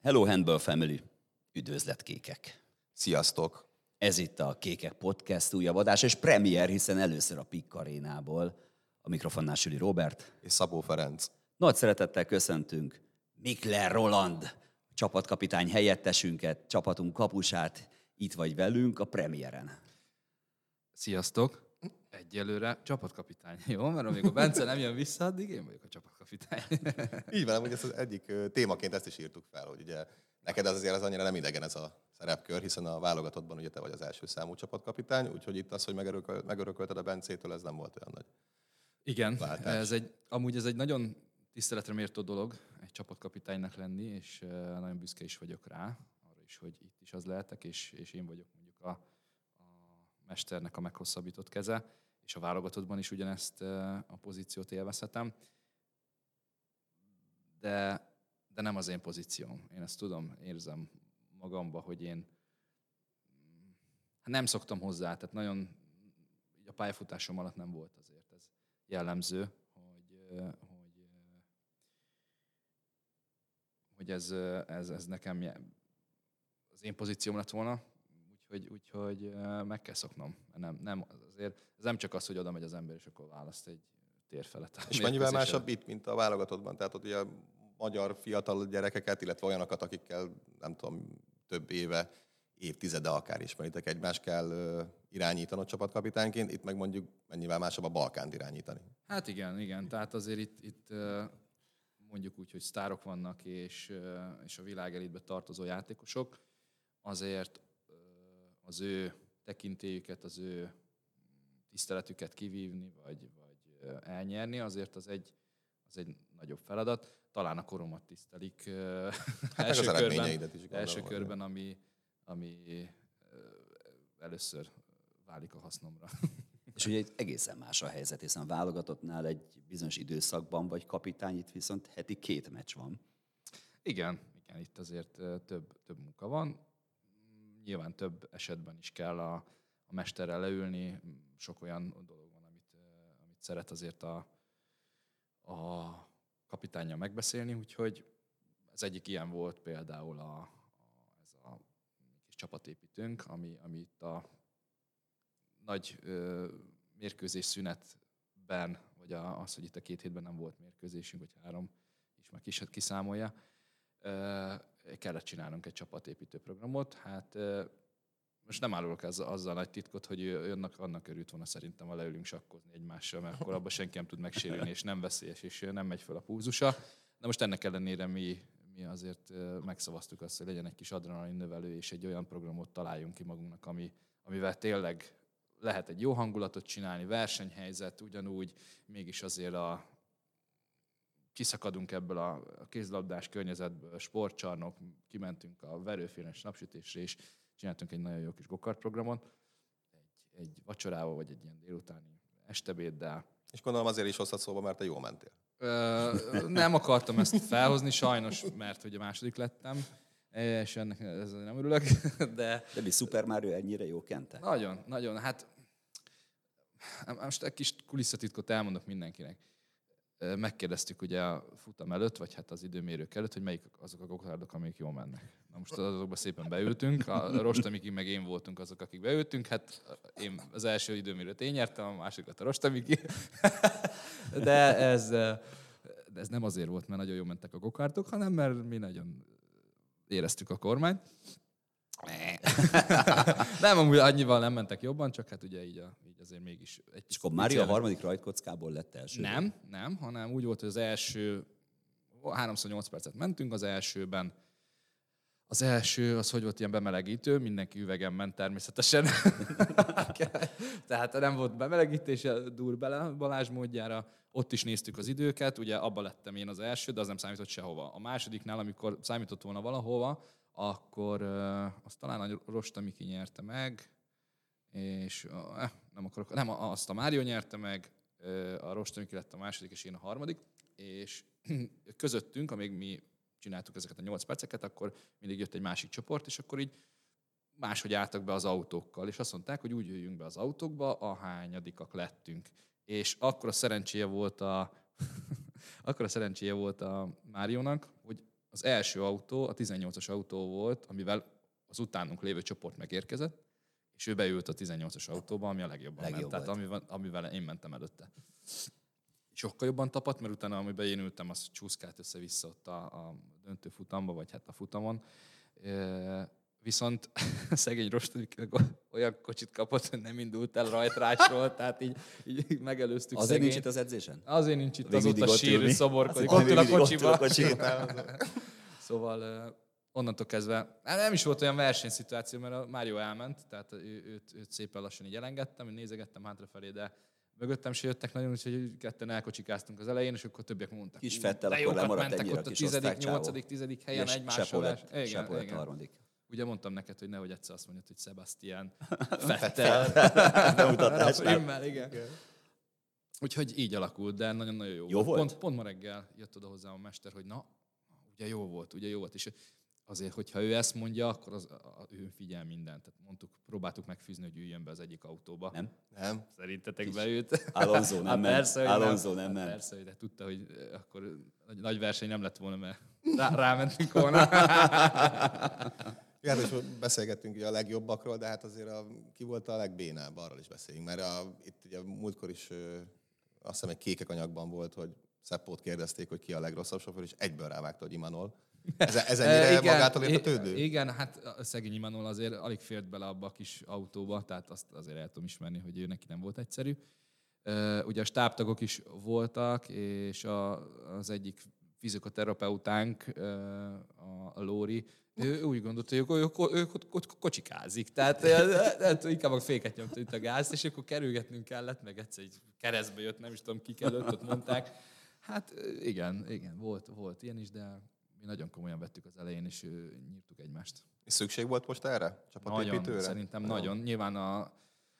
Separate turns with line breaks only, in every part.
Hello Handball Family! Üdvözlet kékek!
Sziasztok!
Ez itt a Kékek Podcast újabb adás, és premier, hiszen először a PIK Arénából. A mikrofonnál Süli Róbert.
És Szabó Ferenc.
Nagy szeretettel köszöntünk Mikler Roland, csapatkapitány helyettesünket, csapatunk kapusát, itt vagy velünk a premieren.
Sziasztok! Egyelőre csapatkapitány. Jó, mert amíg a Bence nem jön vissza, addig én vagyok a csapatkapitány.
Így van, hogy ez az egyik témaként ezt is írtuk fel, hogy ugye neked azért az annyira nem idegen ez a szerepkör, hiszen a válogatottban ugye te vagy az első számú csapatkapitány, úgyhogy itt az, hogy megörökölted a Bencétől, ez nem volt olyan nagy.
Igen,
váltás.
amúgy ez egy nagyon tiszteletre méltó dolog egy csapatkapitánynak lenni, és nagyon büszke is vagyok rá, arra is, hogy itt is az lehetek, és én vagyok mondjuk a mesternek a meghosszabbított keze, és a válogatottban is ugyanezt a pozíciót élvezhetem. De nem az én pozícióm. Én ezt tudom, érzem magamba, hogy én nem szoktam hozzá, tehát nagyon a pályafutásom alatt nem volt azért ez jellemző, hogy ez nekem az én pozícióm lett volna, úgyhogy meg kell szoknom. Nem, azért, ez nem csak az, hogy oda megy az ember, és akkor választ egy térfelet.
És mennyivel másabb itt, mint a válogatottban? Tehát ott ugye magyar fiatal gyerekeket, illetve olyanokat, akikkel nem tudom, több éve, évtizede akár ismeritek egymást, kell irányítanod csapatkapitányként, itt meg mondjuk mennyivel másabb a Balkánt irányítani.
Hát igen, tehát azért itt mondjuk úgy, hogy sztárok vannak, és a világ elitbe tartozó játékosok, azért az ő tekintélyüket, az ő tiszteletüket kivívni, vagy elnyerni, azért az egy nagyobb feladat. Talán a koromat tisztelik első körben, ami először válik a hasznomra.
És ugye itt egészen más a helyzet, hiszen a válogatottnál egy bizonyos időszakban vagy kapitány, itt viszont heti 2 meccs van.
Igen, itt azért több munka van. Nyilván több esetben is kell a mesterrel leülni. Sok olyan dolog van, amit szeret azért a kapitánnyal megbeszélni, úgyhogy ez egyik ilyen volt például ez a kis csapatépítőnk, ami itt a nagy mérkőzés szünetben, vagy az, hogy itt a 2 hétben nem volt mérkőzésünk, vagy 3 is már kiszámolja, kellett csinálnunk egy csapatépítő programot. Hát most nem árulok azzal nagy titkot, hogy annak örült volna szerintem, ha leülünk sakkozni egymással, mert akkor abban senki nem tud megsérülni, és nem veszélyes, és nem megy fel a pulzusa. De most ennek ellenére mi azért megszavaztuk azt, hogy legyen egy kis adrenalin növelő, és egy olyan programot találjunk ki magunknak, amivel tényleg lehet egy jó hangulatot csinálni, versenyhelyzet, ugyanúgy mégis azért kiszakadunk ebből a kézlabdás környezetből, sportcsarnok, kimentünk a verőféles napsütésre, és csináltunk egy nagyon jó kis gokart programot, egy vacsorával, vagy egy ilyen délutáni estebéddel. És
gondolom azért is hoztad szóba, mert te jól mentél.
Nem akartam ezt felhozni, sajnos, mert ugye második lettem, és ennek ezzel nem örülök, de
mi Super Mario ennyire jó kente?
Nagyon. Hát most egy kis kulisszatitkot elmondok mindenkinek. Megkérdeztük ugye a futam előtt, vagy hát az időmérők előtt, hogy melyik azok a gokartok, amik jól mennek. Na most azokba szépen beültünk, a Rostamiki meg én voltunk azok, akik beültünk, hát én az első időmérőt én nyertem, a másodikat a Rostamiki. De ez nem azért volt, mert nagyon jól mentek a gokartok, hanem mert mi nagyon éreztük a kormányt. Nem, amúgy annyival nem mentek jobban, csak hát ugye így azért mégis...
És akkor Mária a harmadik rajtkockából lett első?
Nem, hanem úgy volt, hogy az első 3x8 percet mentünk az elsőben. Az első, az hogy volt ilyen bemelegítő, mindenki üvegen ment természetesen. Tehát nem volt bemelegítés, dur bele Balázs módjára. Ott is néztük az időket, ugye abba lettem én az első, de az nem számított sehova. A másodiknál, amikor számított volna valahova, akkor azt talán a Rostamiki nyerte meg, és azt a Mário nyerte meg, a Rostamiki lett a második, és én a harmadik, és közöttünk, amíg mi csináltuk ezeket a 8 perceket, akkor mindig jött egy másik csoport, és akkor így máshogy álltak be az autókkal, és azt mondták, hogy úgy jöjjünk be az autókba, ahányadikak lettünk. És akkor a szerencséje volt a Máriónak, hogy az első autó, a 18-as autó volt, amivel az utánunk lévő csoport megérkezett, és ő beült a 18-as autóba, ami a legjobban ment. Tehát amivel én mentem előtte. Sokkal jobban tapadt, mert utána, amiben én ültem, az csúszkált össze-vissza ott a döntő futamba, vagy hát a futamon. Viszont szegény Rostodik olyan kocsit kapott, hogy nem indult el rajtrásról, tehát így megelőztük
azért
szegényt.
nincs itt az edzésen?
Azért nincs itt,
Még
azóta sírő szoborkodik.
Ott ül
a kocsiba. Szóval onnantól kezdve, nem is volt olyan versenyszituáció, mert a Mário elment, tehát őt szépen lassan így elengedtem, én nézegettem hátrafelé, de mögöttem se jöttek nagyon, úgyhogy ketten elkocsikáztunk az elején, és akkor többiek mondták.
Kis Fettel akkor lemaradt ennyire
ott a 10., 8., 10. helyen egymással.
Igen. Harmadik.
Ugye mondtam neked, hogy nehogy egyszer azt mondjad, hogy Sebastian Vettel.
Bemutatásnál.
Igen. Úgyhogy így alakult, de nagyon-nagyon jó,
Jó volt?
Pont ma reggel jött oda hozzám a mester, hogy na, ugye jó volt. És azért, hogyha ő ezt mondja, akkor ő figyel mindent. Tehát próbáltuk megfűzni, hogy üljön be az egyik autóba.
Nem.
Szerintetek beült?
Alonso nem ment. Alonso nem ment.
Persze, de tudta, hogy akkor nagy verseny nem lett volna, mert rámentünk volna.
Hát is beszélgettünk ugye a legjobbakról, de hát azért ki volt a legbénább, arról is beszéljünk. Mert itt ugye múltkor is azt hiszem egy kékek anyagban volt, hogy Szeppót kérdezték, hogy ki a legrosszabb sofőr, és egyből rávágta, hogy Imanol. Ez ennyire
igen,
magától értetődő?
Igen, hát a szegény Imanol azért alig fért bele abba a kis autóba, tehát azt azért el tudom ismerni, hogy ő neki nem volt egyszerű. Ugye a stábtagok is voltak, és az egyik fizikoterapeutánk, a Lóri, ő úgy gondolta, hogy ő kocsikázik. Tehát inkább a féket nyomta itt a gázt, és akkor kerülgetnünk kellett, meg egyszer egy keresztbe jött, nem is tudom kik előtt, ott mondták. Hát igen, volt ilyen is, de mi nagyon komolyan vettük az elején, és nyírtuk egymást.
És szükség volt most erre? Csapatépítőre?
Nagyon, szerintem nagyon. Nyilván a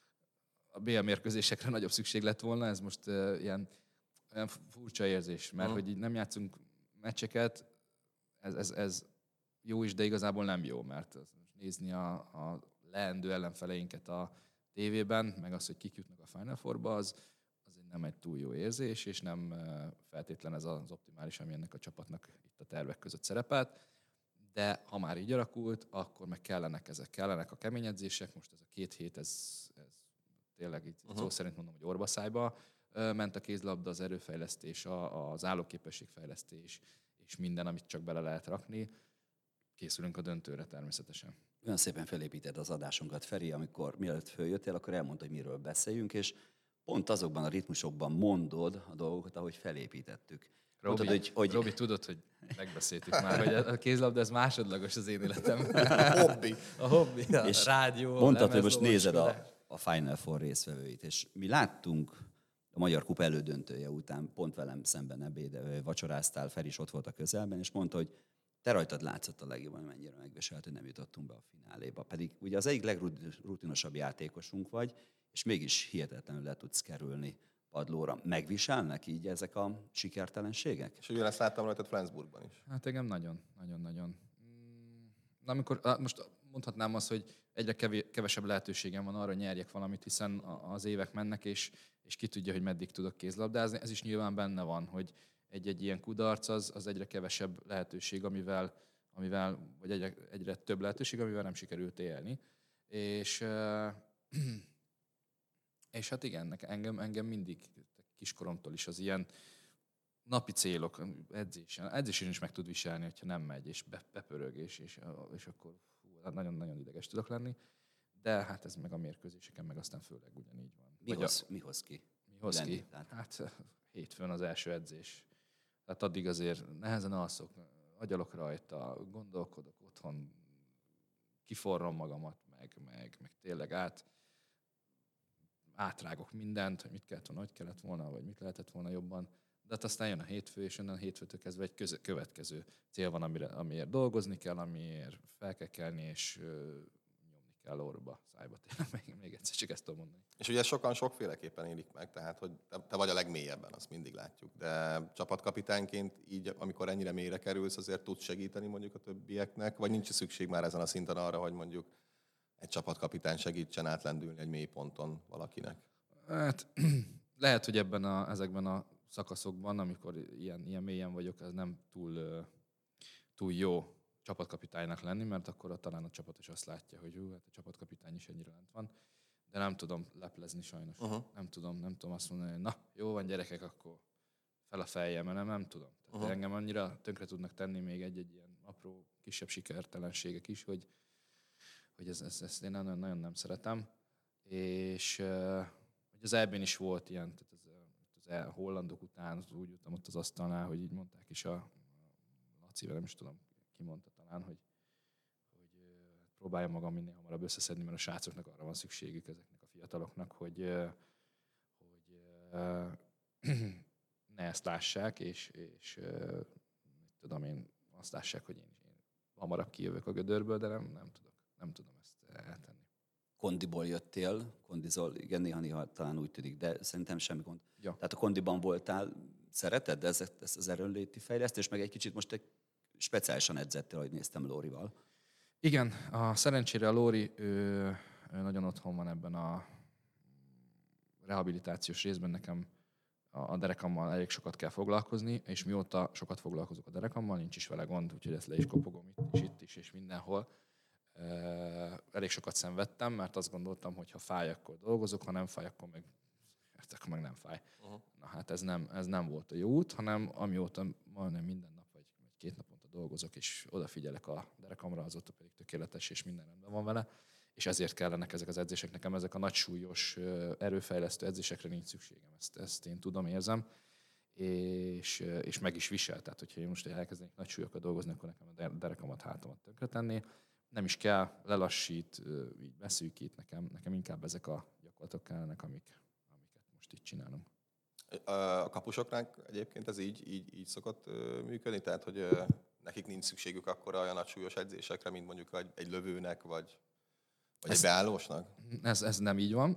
BL mérkőzésekre nagyobb szükség lett volna, ez most ilyen furcsa érzés, mert hogy így nem játszunk meccseket, ez jó is, de igazából nem jó, mert nézni a leendő ellenfeleinket a tévében, meg az, hogy kik jutnak a Final Fourba, az nem egy túl jó érzés, és nem feltétlen ez az optimális, ami ennek a csapatnak itt a tervek között szerepelt. De ha már így alakult, akkor meg kellenek a kemény edzések. Most ez a 2 hét, ez tényleg így szó szerint mondom, hogy orbaszájba ment a kézlabda, az erőfejlesztés, az állóképességfejlesztés, és minden, amit csak bele lehet rakni. Készülünk a döntőre természetesen.
Olyan szépen felépíted az adásunkat, Feri, amikor mielőtt följöttél, akkor elmondta, hogy miről beszéljünk, és pont azokban a ritmusokban mondod a dolgokat, ahogy felépítettük.
Robi, tudod, hogy megbeszéltük már, hogy a kézlabda ez másodlagos az én életemben. A hobbi, a rádió,
mondtad, hogy most nézed a Final Four résztvevőit, és mi láttunk a Magyar Kupa elődöntője után, pont velem szemben vacsoráztál, Feri is ott volt a közelben, és mondta, hogy te rajtad látszott a legjobban, mennyire megviselt, hogy nem jutottunk be a fináléba. Pedig ugye az egyik legrutinosabb játékosunk vagy, és mégis hihetetlenül le tudsz kerülni padlóra. Megviselnek így ezek a sikertelenségek?
És ugyanezt láttam rajtad Flensburgban is.
Hát igen, nagyon. Na, amikor, most mondhatnám azt, hogy egyre kevesebb lehetőségem van arra, hogy nyerjek valamit, hiszen az évek mennek, és ki tudja, hogy meddig tudok kézlabdázni. Ez is nyilván benne van, hogy egy ilyen kudarc az egyre kevesebb lehetőség, amivel vagy egyre több lehetőség, amivel nem sikerült élni. És hát igen, engem mindig kiskoromtól is az ilyen napi célok, edzésen is meg tud viselni, hogyha nem megy, és bepörög, és akkor nagyon-nagyon ideges tudok lenni. De hát ez meg a mérkőzéseken, meg aztán főleg ugyanígy van.
Mi hoz ki?
Hát hétfőn az első edzés. Tehát addig azért nehezen alszok, agyalok rajta, gondolkodok otthon, kiforrom magamat, meg tényleg átrágok mindent, hogy mit kellett volna, hogy kellett volna, vagy mit lehetett volna jobban. De hát aztán jön a hétfő, és onnan hétfőtől kezdve egy következő cél van, amiért dolgozni kell, amiért fel kell kelni, és nyomni kell orba, szájba. Tényleg még egyszer csak ezt tudom mondani.
És ugye sokan sokféleképpen élik meg, tehát hogy te vagy a legmélyebben, azt mindig látjuk. De csapatkapitányként így, amikor ennyire mélyre kerülsz, azért tudsz segíteni mondjuk a többieknek, vagy nincs szükség már ezen a szinten arra, hogy mondjuk egy csapatkapitány segítsen átlendülni egy mély ponton valakinek?
Hát lehet, hogy ezekben a szakaszokban, amikor ilyen mélyen vagyok, ez nem túl túl jó csapatkapitánynak lenni, mert akkor talán a csapat is azt látja, hogy hát a csapatkapitány is ennyire lent van. De nem tudom leplezni sajnos. Nem tudom azt mondani, hogy na, jó van gyerekek, akkor fel a fejem, mert nem tudom. Tehát engem annyira tönkre tudnak tenni még egy ilyen apró, kisebb sikertelenségek is, hogy ezt én nagyon nem szeretem. És hogy az EB-n is volt ilyen, tehát az hollandok után úgy ültem ott az asztalnál, hogy így mondták is a Lacivel, nem is tudom, ki mondta talán, hogy próbáljam magam minél hamarabb összeszedni, mert a srácoknak arra van szükségük, ezeknek a fiataloknak, hogy ne ezt lássák, és tudom én, azt lássák, hogy én hamarabb kijövök a gödörből, de nem tudom ezt eltenni.
Kondiból jöttél, kondizol, igen, néha talán úgy tűnik, de szerintem semmi gond.
Ja.
Tehát a kondiban voltál, szereted ezt az erőnléti fejlesztést, meg egy kicsit most egy speciálisan edzettél, ahogy néztem Lórival.
Igen, szerencsére a Lóri ő nagyon otthon van ebben a rehabilitációs részben, nekem a derekammal elég sokat kell foglalkozni, és mióta sokat foglalkozok a derekammal, nincs is vele gond, úgyhogy ezt le is kopogom itt is, és mindenhol. Elég sokat szenvedtem, mert azt gondoltam, hogy ha fáj, akkor dolgozok, ha nem fáj, akkor meg nem fáj. Na hát ez nem volt a jó út, hanem amióta majdnem minden nap vagy 2 naponta dolgozok, és odafigyelek a derekamra, azóta pedig tökéletes, és minden rendben van vele. És ezért kellenek ezek az edzések. Nekem ezek a nagy súlyos, erőfejlesztő edzésekre nincs szükségem. Ezt én tudom, érzem. És meg is visel. Tehát, hogyha én most elkezdenék nagy súlyokkal dolgozni, akkor nekem a derekamat, hátamat tönkretenni. Nem is kell, lelassít, így beszűkít. Nekem inkább ezek a gyakorlatok kellenek, amiket most itt csinálunk.
A kapusoknál egyébként ez így szokott működni? Tehát, hogy nekik nincs szükségük akkor olyan nagy súlyos edzésekre, mint mondjuk egy lövőnek, vagy egy beállósnak?
Ez nem így van.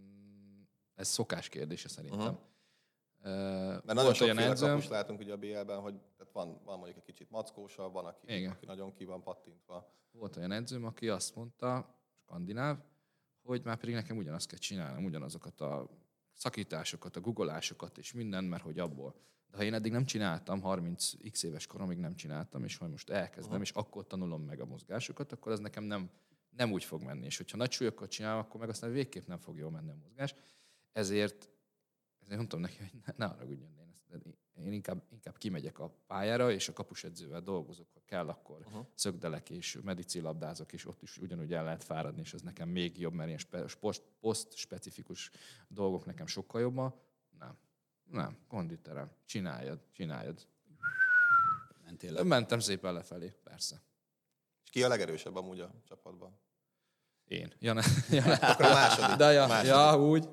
Ez szokás kérdése szerintem.
Mert nagyon sokféle kapust látunk ugye a BL-ben, hogy tehát van mondjuk egy kicsit mackósabb, van, aki nagyon ki van pattintva.
Volt olyan edzőm, aki azt mondta, skandináv, hogy már pedig nekem ugyanazt kell csinálnom, ugyanazokat a szakításokat, a guggolásokat és minden, mert hogy abból. De ha én eddig nem csináltam, 30x éves koromig nem csináltam, és ha most elkezdem, és akkor tanulom meg a mozgásokat, akkor ez nekem nem úgy fog menni. És hogyha nagy súlyokat csinálom, akkor meg aztán végképp nem fog jól menni a mozgás. Ezért mondtam neki, hogy ne haragudjon, én inkább kimegyek a pályára, és a kapusedzővel dolgozok, ha kell, akkor szögdelek és medicillabdázok, és ott is ugyanúgy el lehet fáradni, és az nekem még jobb, mert ilyen poszt-specifikus dolgok nekem sokkal jobban. Nem, konditerem. Csináljad. Mentem szépen lefelé, persze.
És ki a legerősebb amúgy a csapatban?
Én.
Akkor a második.
Ja, úgy.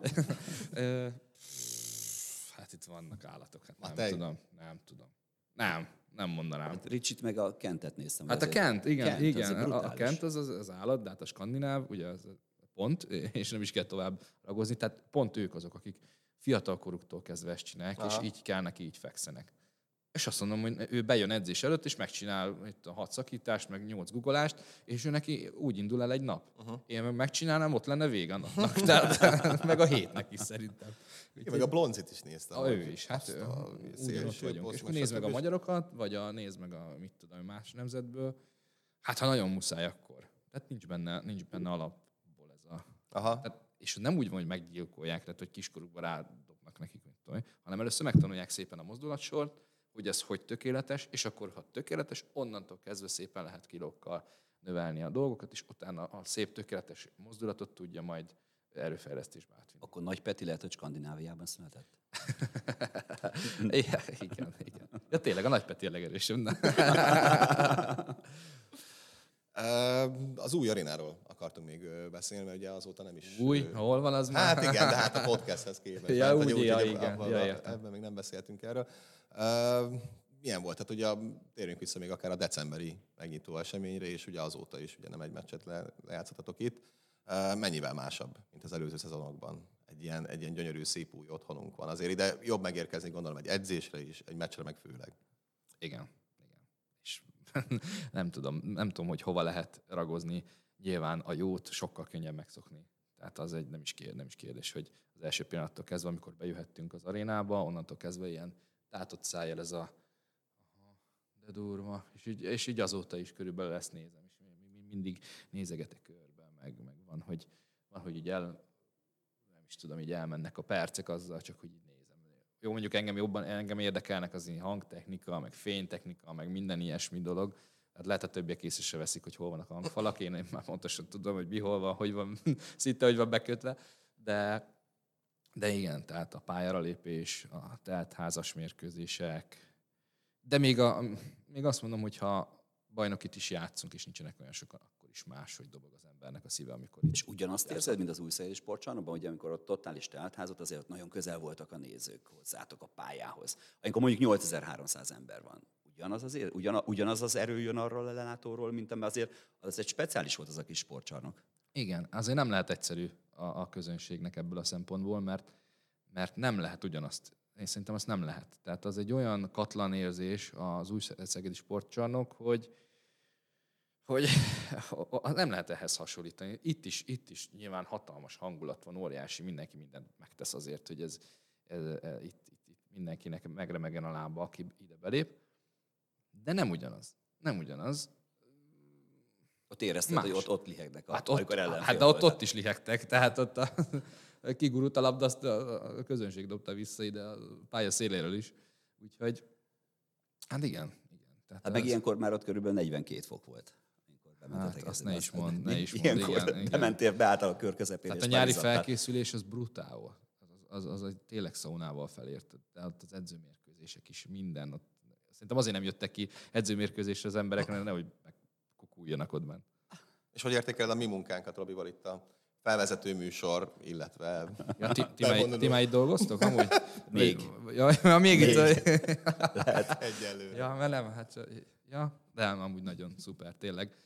Hát itt vannak állatok. Hát nem tudom. Nem mondanám.
Hát Ricsit meg a Kentet néztem.
Hát a Kent, igen. A Kent az állat, de hát a skandináv, ugye az pont, és nem is kell tovább ragozni. Tehát pont ők azok, akik fiatalkoruktól kezdve ezt csinálják, és így kelnek, így fekszenek. És azt mondom, hogy ő bejön edzés előtt, és megcsinál itt a 6 szakítást, meg 8 guggolást, és ő neki úgy indul el egy nap. Én meg megcsinálnám, ott lenne vége a napnak. Tehát, meg a hétnek is szerintem.
Én meg a Blonzit is néztem.
Ő is, hát ugyanott vagyunk. És akkor nézd meg a magyarokat, vagy nézd meg a más nemzetből. Hát ha nagyon muszáj, akkor. Tehát nincs benne alapból ez a... Tehát, és nem úgy van, hogy meggyilkolják, tehát hogy kiskorukban rádobnak nekik, hanem először megtanulják szépen a mozdulatsort, hogy ez hogy tökéletes, és akkor, ha tökéletes, onnantól kezdve szépen lehet kilókkal növelni a dolgokat, és utána a szép tökéletes mozdulatot tudja majd erőfejlesztésbe átvinni.
Akkor Nagy Peti lehet, hogy Skandináviában született?
Igen. Ja tényleg, a Nagy Peti a legerősebb.
Az új arénáról akartunk még beszélni, mert ugye azóta nem is...
Hol van az már?
Hát igen, de hát a podcasthez képest.
Igen.
Ebben még nem beszéltünk erről. Milyen volt? Tehát ugye térjünk vissza még akár a decemberi megnyitó eseményre, és ugye azóta is ugye nem egy meccset lejátszhattatok itt. Mennyivel másabb, mint az előző szezonokban? Egy ilyen gyönyörű, szép új otthonunk van. Azért ide jobb megérkezni, gondolom, egy edzésre is, egy meccsre meg főleg.
Igen. És nem tudom, hogy hova lehet ragozni. Nyilván a jót sokkal könnyebb megszokni. Tehát az nem is kérdés, hogy az első pillanattól kezdve, amikor bejöhettünk az arénába, onnantól kezdve ilyen tátott szájjal ez a De durva. És így azóta is körülbelül ezt nézem. És mindig nézegetek körbe, meg van, hogy így nem is tudom, így elmennek a percek azzal, csak hogy így nézem. Jó, mondjuk engem érdekelnek az hangtechnika, meg fénytechnika, meg minden ilyesmi dolog. Hát lehet a többiek észre se veszik, hogy hol vannak a hangfalak. Én már pontosan tudom, hogy mi hol van, hogy van, szinte hogy van bekötve. De igen, tehát a pályára lépés, a teltházas mérkőzések. De még azt mondom, hogy ha bajnokit is játszunk, és nincsenek olyan sokan, akkor is máshogy dobog az embernek a szíve, amikor...
És ugyanazt érzed, mint az Újszeri Sportcsarnokban, hogy amikor ott totális teltházat, azért ott nagyon közel voltak a nézők hozzátok a pályához. Amikor mondjuk 8300 ember van. Ugyanaz az erő jön arról a lelátóról, mint amiben azért az egy speciális volt az a kis sportcsarnok.
Igen, azért nem lehet egyszerű a közönségnek ebből a szempontból, mert nem lehet ugyanazt. Én szerintem azt nem lehet. Tehát az egy olyan katlan érzés az Újszegedi Sportcsarnok, hogy nem lehet ehhez hasonlítani. Itt is nyilván hatalmas hangulat van, óriási, mindenki mindent megtesz azért, hogy itt mindenkinek megremegjen a lába, aki ide belép. De nem ugyanaz. Nem ugyanaz.
Ott érezted, hogy ott lihegnek,
amikor ellenfél de ott is lihegtek, tehát ott kigurult a labda, azt a közönség dobta vissza ide a pálya széléről is. Úgyhogy, hát igen.
Tehát meg ilyenkor már ott körülbelül 42 fok volt.
Hát azt ne is mond.
Igen. Bementél, beálltál a kör közepén.
Tehát a nyári felkészülés az brutál volt. Az tényleg szaunával felért. Tehát az edzőmérkőzések is minden. Ott, szerintem azért nem jöttek ki edzőmérkőzésre az emberek, nehogy megkukuljanak ott bent.
És hogy értékeled a mi munkánkat, Robival, itt a felvezető műsor, illetve...
Ja, ti már itt dolgoztok amúgy?
Még.
Ja, még itt.
Lehet. Egyelőre.
Ja, mert nem, hát... Ja, de amúgy nagyon szuper, tényleg.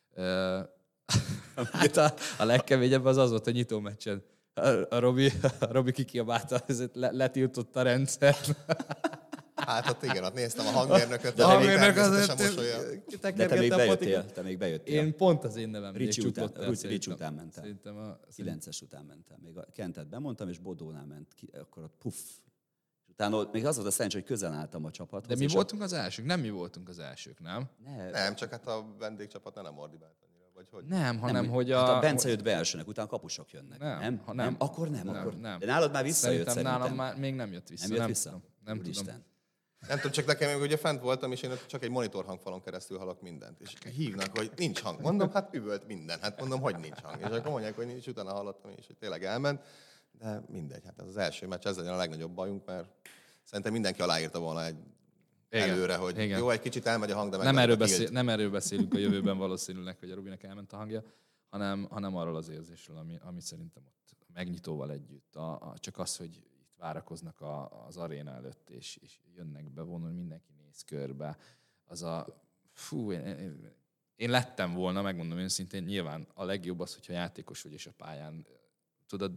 Hát a legkeményebb az volt a nyitó meccsen. A Robi kikiabálta, letiltott a rendszer.
Hát ott igen, ott néztem a hangmérnököt,
a hangmérnök azért
de te még bejöttél.
Én pont az én nevem.
Ricsi után mentem. 9-es után mentem. Még a Kentet bemondtam, és Bodónál ment ki, akkor ott puff. Utána még az volt a szerencsé, hogy közel álltam a csapathoz.
De mi voltunk az elsők? Nem mi voltunk az elsők, nem?
Nem, csak hát a vendégcsapat nem ordivált annyira. Vagy hogy?
Nem, hanem hogy
hát a Bence jött be elsőnek, utána kapusok jönnek. Nem? Akkor nem. De nálad már visszajött szerintem.
Nálam már még nem jött vissza.
Nem jött vissza?
Nem tudom.
Nem tudom, csak nekem ugye fent voltam, és én csak egy monitor hangfalon keresztül hallok mindent. És hívnak, hogy nincs hang. Mondom, hát üvölt minden. Hát mondom, hogy nincs hang. És akkor mondják, hogy nincs, utána hallottam is, hogy tényleg elment. De mindegy, hát ez az első meccs, ez legyen a legnagyobb bajunk, mert szerintem mindenki aláírta volna előre, hogy igen. Jó, egy kicsit elmegy a hang, de
nem erről beszélünk a jövőben valószínűleg, hogy a Robinek elment a hangja, hanem arról az érzésről, ami szerintem ott megnyitóval együtt. Csak az, hogy itt várakoznak az aréna előtt, és jönnek bevonulni, mindenki néz körbe. Az a... Fú, én lettem volna, megmondom őszintén, nyilván a legjobb az, hogyha játékos vagy és a pályán, tudod,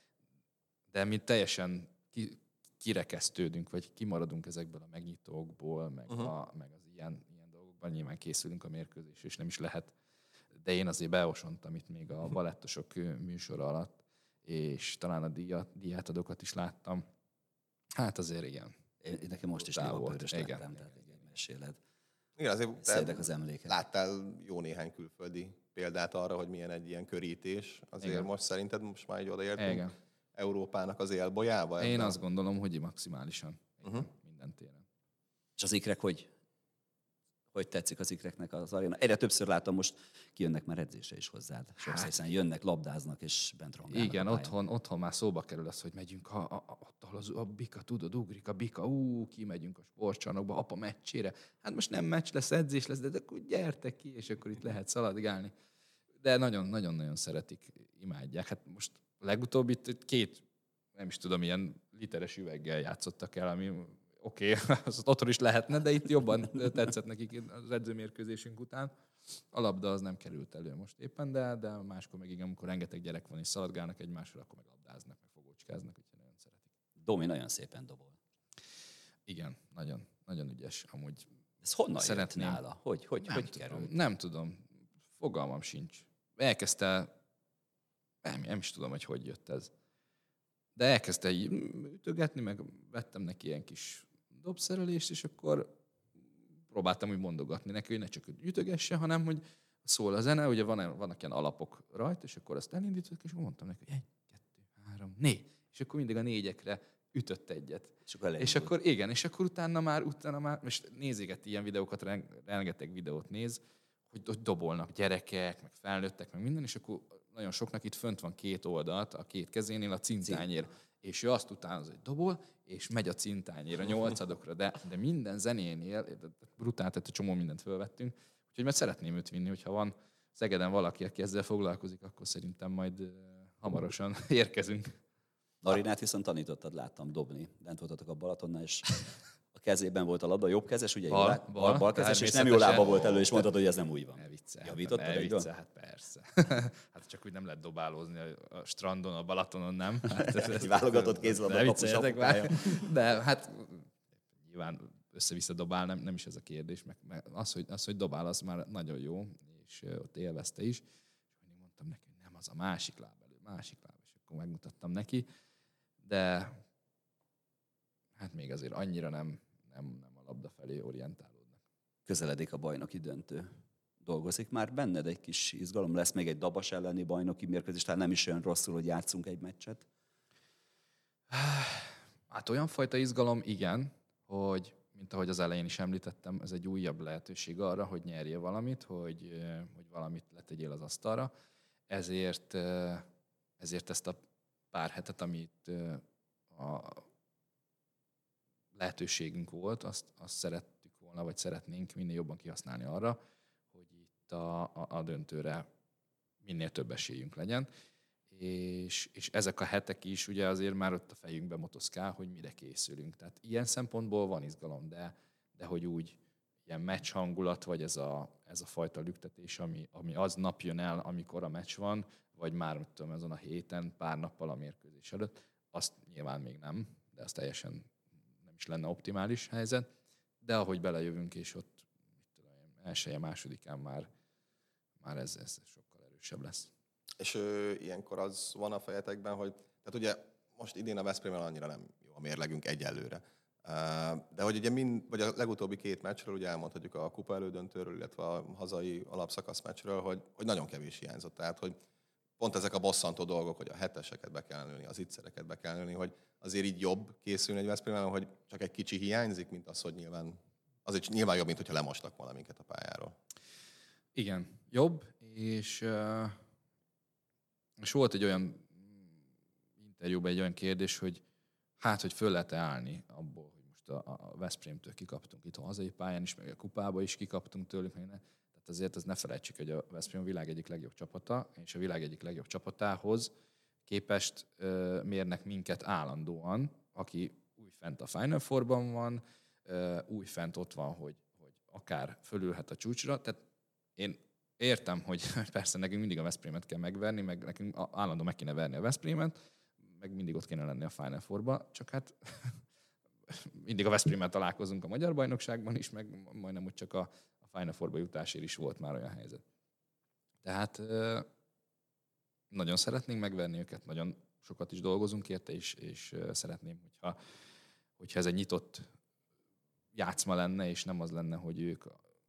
de mi teljesen kirekesztődünk, vagy kimaradunk ezekből a megnyitókból, meg az ilyen dolgokban. Nyilván készülünk a mérkőzésre, és nem is lehet. De én azért beosontam itt még a balettosok műsora alatt, és talán a díjátadókat is láttam. Hát azért igen.
Nekem most is névapörös lettem, tehát igen, meséled.
Igen, azért
szédek az emléket.
Láttál jó néhány külföldi példát arra, hogy milyen egy ilyen körítés. Azért igen. Most szerinted most már így odaértünk? Igen. Európának az élbolyába?
Én azt gondolom, hogy maximálisan. Minden téren.
És az ikrek hogy tetszik az ikreknek az aréna? Egyre többször látom, most kijönnek már edzésre is hozzád. Sokszor hiszen jönnek, labdáznak és bent rongálnak.
Igen, otthon már szóba kerül az, hogy megyünk, a bika, tudod, ugrik a bika, kimegyünk a sportcsarnokba, apa meccsére. Hát most nem meccs lesz, edzés lesz, de akkor gyertek ki, és akkor itt lehet szaladgálni. De nagyon-nagyon szeretik, imádják. Hát most legutóbb itt 2, nem is tudom, ilyen literes üveggel játszottak el, ami oké, az otthon is lehetne, de itt jobban tetszett nekik az edzőmérkőzésünk után. A labda az nem került elő most éppen, de máskor meg igen, amikor rengeteg gyerek van és szaladgálnak egymásra, akkor meg labdáznak, meg fogócskáznak, úgyhogy nagyon szeretik.
Domi nagyon szépen dobol.
Igen, nagyon, nagyon ügyes. Amúgy
ez honnan jött nála? Hogy került?
Nem tudom. Fogalmam sincs. Elkezdte, nem is tudom, hogy jött ez. De elkezdte ütögetni, meg vettem neki ilyen kis dobszerelést, és akkor próbáltam úgy mondogatni neki, hogy ne csak ütögesse, hanem hogy szól a zene, ugye vannak ilyen alapok rajta, és akkor azt elindítottuk, és mondtam neki, hogy 1, 2, 3, 4. És akkor mindig a 4-ekre ütött egyet. És akkor igen, és akkor utána már, és nézégeti ilyen videókat, rengeteg videót néz, hogy dobolnak gyerekek, meg felnőttek, meg minden, és akkor nagyon soknak itt fönt van 2 oldalt a 2 kezénél a cintányér. És ő azt utánoz, hogy dobol, és megy a cintányér a 8-adokra, de minden zenénél, brutál, tehát egy csomó mindent fölvettünk, úgyhogy mert szeretném őt vinni, hogyha van Szegeden valaki, aki ezzel foglalkozik, akkor szerintem majd hamarosan érkezünk.
Narinát viszont tanítottad, láttam dobni. Lent voltatok a Balatonnál, és a kezében volt a labda, jobbkezes, ugye? Balkezes, és nem jó lába volt elő, és mondtad, hogy ez nem úgy van. Javítottad egyből?
Hát persze. Hát csak úgy nem lehet dobálózni a strandon, a Balatonon, nem? Hát
egy válogatott kézlabda kapus apukája.
De hát nyilván össze-vissza dobál, nem is ez a kérdés. Meg az, hogy dobál, az már nagyon jó, és ott élvezte is. És mindig mondtam neki, hogy nem, az a másik láb elő, és akkor megmutattam neki. De hát még azért annyira nem a labda felé orientálódnak.
Közeledik a bajnoki döntő. Dolgozik már benned egy kis izgalom? Lesz még egy Dabas elleni bajnoki mérkőzés, tehát nem is olyan rosszul, hogy játszunk egy meccset?
Hát olyan fajta izgalom, igen, hogy mint ahogy az elején is említettem, ez egy újabb lehetőség arra, hogy nyerjél valamit, hogy valamit letegyél az asztalra. Ezért ezt a pár hetet, amit a lehetőségünk volt, azt szerettük volna, vagy szeretnénk minél jobban kihasználni arra, hogy itt a döntőre minél több esélyünk legyen. És ezek a hetek is ugye azért már ott a fejünkbe motoszkál, hogy mire készülünk. Tehát ilyen szempontból van izgalom, de hogy úgy ilyen meccs hangulat, vagy ez a fajta lüktetés, ami az nap jön el, amikor a meccs van, vagy már tudom, azon a héten, pár nappal a mérkőzés előtt, azt nyilván még nem, de az teljesen nem is lenne optimális helyzet. De ahogy belejövünk, és ott elsője, másodikán már ez sokkal erősebb lesz.
És ilyenkor az van a fejetekben, hogy tehát ugye most idén a Veszprémmel annyira nem jó a mérlegünk egyelőre. De hogy ugye vagy a legutóbbi 2 meccsről ugye elmondhatjuk a kupa elődöntőről, illetve a hazai alapszakasz meccsről, hogy nagyon kevés hiányzott. Tehát, hogy pont ezek a bosszantó dolgok, hogy a 7-eseket be kell lőni, az ittszereket be kell lőni, hogy azért így jobb készülni egy Veszprémmel, hogy csak egy kicsi hiányzik, mint az, hogy nyilván jobb, mint hogyha lemosnak volna minket a pályáról.
Igen, jobb, és volt egy olyan interjúban egy olyan kérdés, hogy hogy föl lehet állni abból, hogy most a Veszprémtől kikaptunk itt a hazai pályán is, meg a kupába is kikaptunk tőlük. Tehát azért ez ne felejtsük, hogy a Veszprém a világ egyik legjobb csapata, és a világ egyik legjobb csapatához képest mérnek minket állandóan, aki újfent a Final Fourban van, újfent ott van, hogy akár fölülhet a csúcsra. Tehát én értem, hogy persze nekünk mindig a Veszprémet kell megverni, meg nekünk állandóan meg kéne verni a Veszprémet, meg mindig ott kéne lenni a Final Fourba, csak hát mindig a Veszprémmel találkozunk a magyar bajnokságban is, meg majdnem úgy csak a Final Fourba jutásért is volt már olyan helyzet. Tehát nagyon szeretnénk megverni őket, nagyon sokat is dolgozunk érte, és szeretném, hogyha ez egy nyitott játszma lenne, és nem az lenne, hogy ők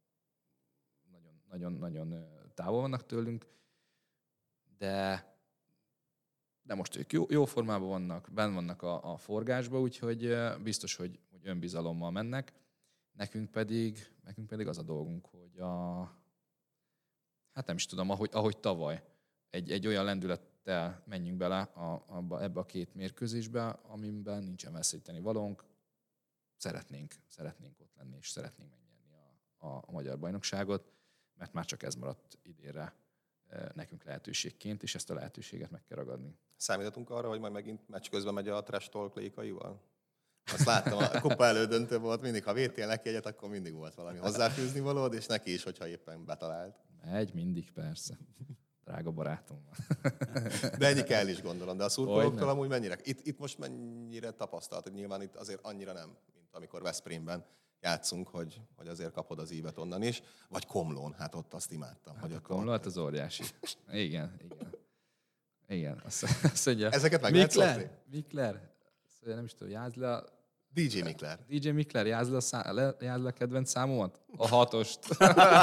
nagyon távol vannak tőlünk, de most ők jó formában vannak, benn vannak a forgásba, úgyhogy biztos, hogy önbizalommal mennek. Nekünk pedig az a dolgunk, hogy hát nem is tudom, ahogy tavaly egy olyan lendülettel menjünk bele ebbe a 2 mérkőzésbe, amiben nincsen veszíteni valónk. Szeretnénk ott lenni, és szeretnénk megnyerni a magyar bajnokságot, mert már csak ez maradt idénre nekünk lehetőségként, és ezt a lehetőséget meg kell ragadni.
Számíthatunk arra, hogy majd megint meccs közben megy a trash talk Lékaival? Azt láttam, a kupa elődöntő volt, mindig, ha védtél neki egyet, akkor mindig volt valami hozzáfűzni valód, és neki is, hogyha éppen betalált.
Megy mindig, persze. Drága barátom.
De ennyi kell is, gondolom. De a szurkolóktól amúgy mennyire? Itt most mennyire tapasztalt, hogy nyilván itt azért annyira nem, mint amikor Veszprémben játszunk, hogy azért kapod az ívet onnan is. Vagy Komlón, hát ott azt imádtam.
Hát a Komló, hát az óriási. Igen. Azt mondja,
ezeket meg lehet szokni?
Mikler. Azt mondja, nem is tudom, Jászla,
DJ Mikler.
DJ Mikler, játszd le kedvenc számomat? A 6-ost.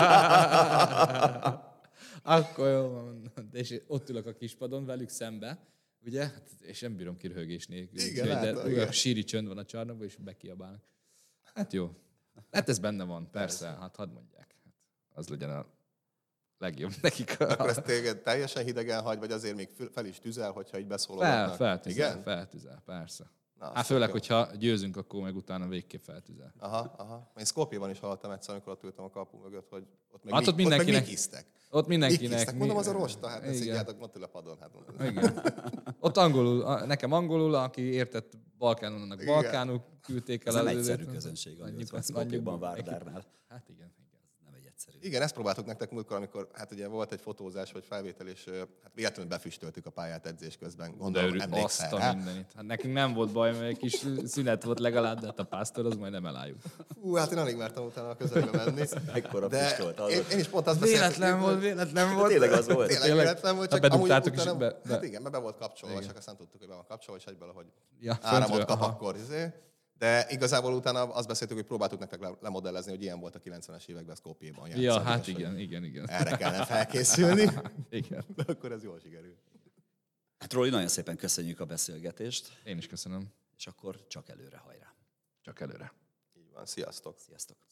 Akkor jó van. És ott ülök a kispadon velük szembe, ugye? Hát, és nem bírom ki röhögés nélkül.
Igen,
de síri csönd van a csarnokban, és bekiabálnak. Hát jó. Hát ez benne van, persze. Hát hadd mondják. Hát az legyen a legjobb nekik.
Akkor ezt téged teljesen hidegen hagy, vagy azért még fel is tüzel, hogyha így beszólogatnak?
Feltüzel, persze.
Na,
hát főleg, hogyha győzünk, akkor meg utána végképp feltüzel.
Aha. Én Skopjeban is hallottam egyszer, amikor ott ültem a kapu mögött, hogy ott meg,
hát ott mindenkinek,
hisztek.
Ott mindenkinek.
Mondom, az a rosta, hát ezt így jártak, ott ül a padon. Hát
igen. Ott angolul, nekem angolul, aki értett Balkánon, annak balkánul küldték el.
Ez nem egyszerű közönség, a Skopjeban Várdárnál.
Hát igen.
Igen, ezt próbáltuk nektek múltkor, amikor hát ugye volt egy fotózás vagy felvétel, és hát véletlenül befüstöltük a pályát edzés közben. Gondolom, emlékszel rá?
Mindenit. Hát nekünk nem volt baj, mert egy kis szünet volt legalább, de hát a pásztor az majd nem elájult.
Hát én alig mertem utána a közelbe menni.
Ekkora füstölt az.
Én is pont azt
véletlen volt.
Tényleg az volt.
Tényleg véletlen volt, csak
amúgy utána...
Hát igen, mert be volt kapcsolva, csak aztán tudtuk, hogy be van kapcsolva, és egyből, hogy
áramot
kap, akkor De igazából utána azt beszéltük, hogy próbáltuk nektek lemodellezni, hogy ilyen volt a 90-es években Skopjeban játszani.
Ja, hát igen.
Erre kellene felkészülni.
Igen.
De akkor ez jól sikerül.
Hát Roli, nagyon szépen köszönjük a beszélgetést.
Én is köszönöm.
És akkor csak előre, hajrá.
Csak előre.
Így van, sziasztok.
Sziasztok.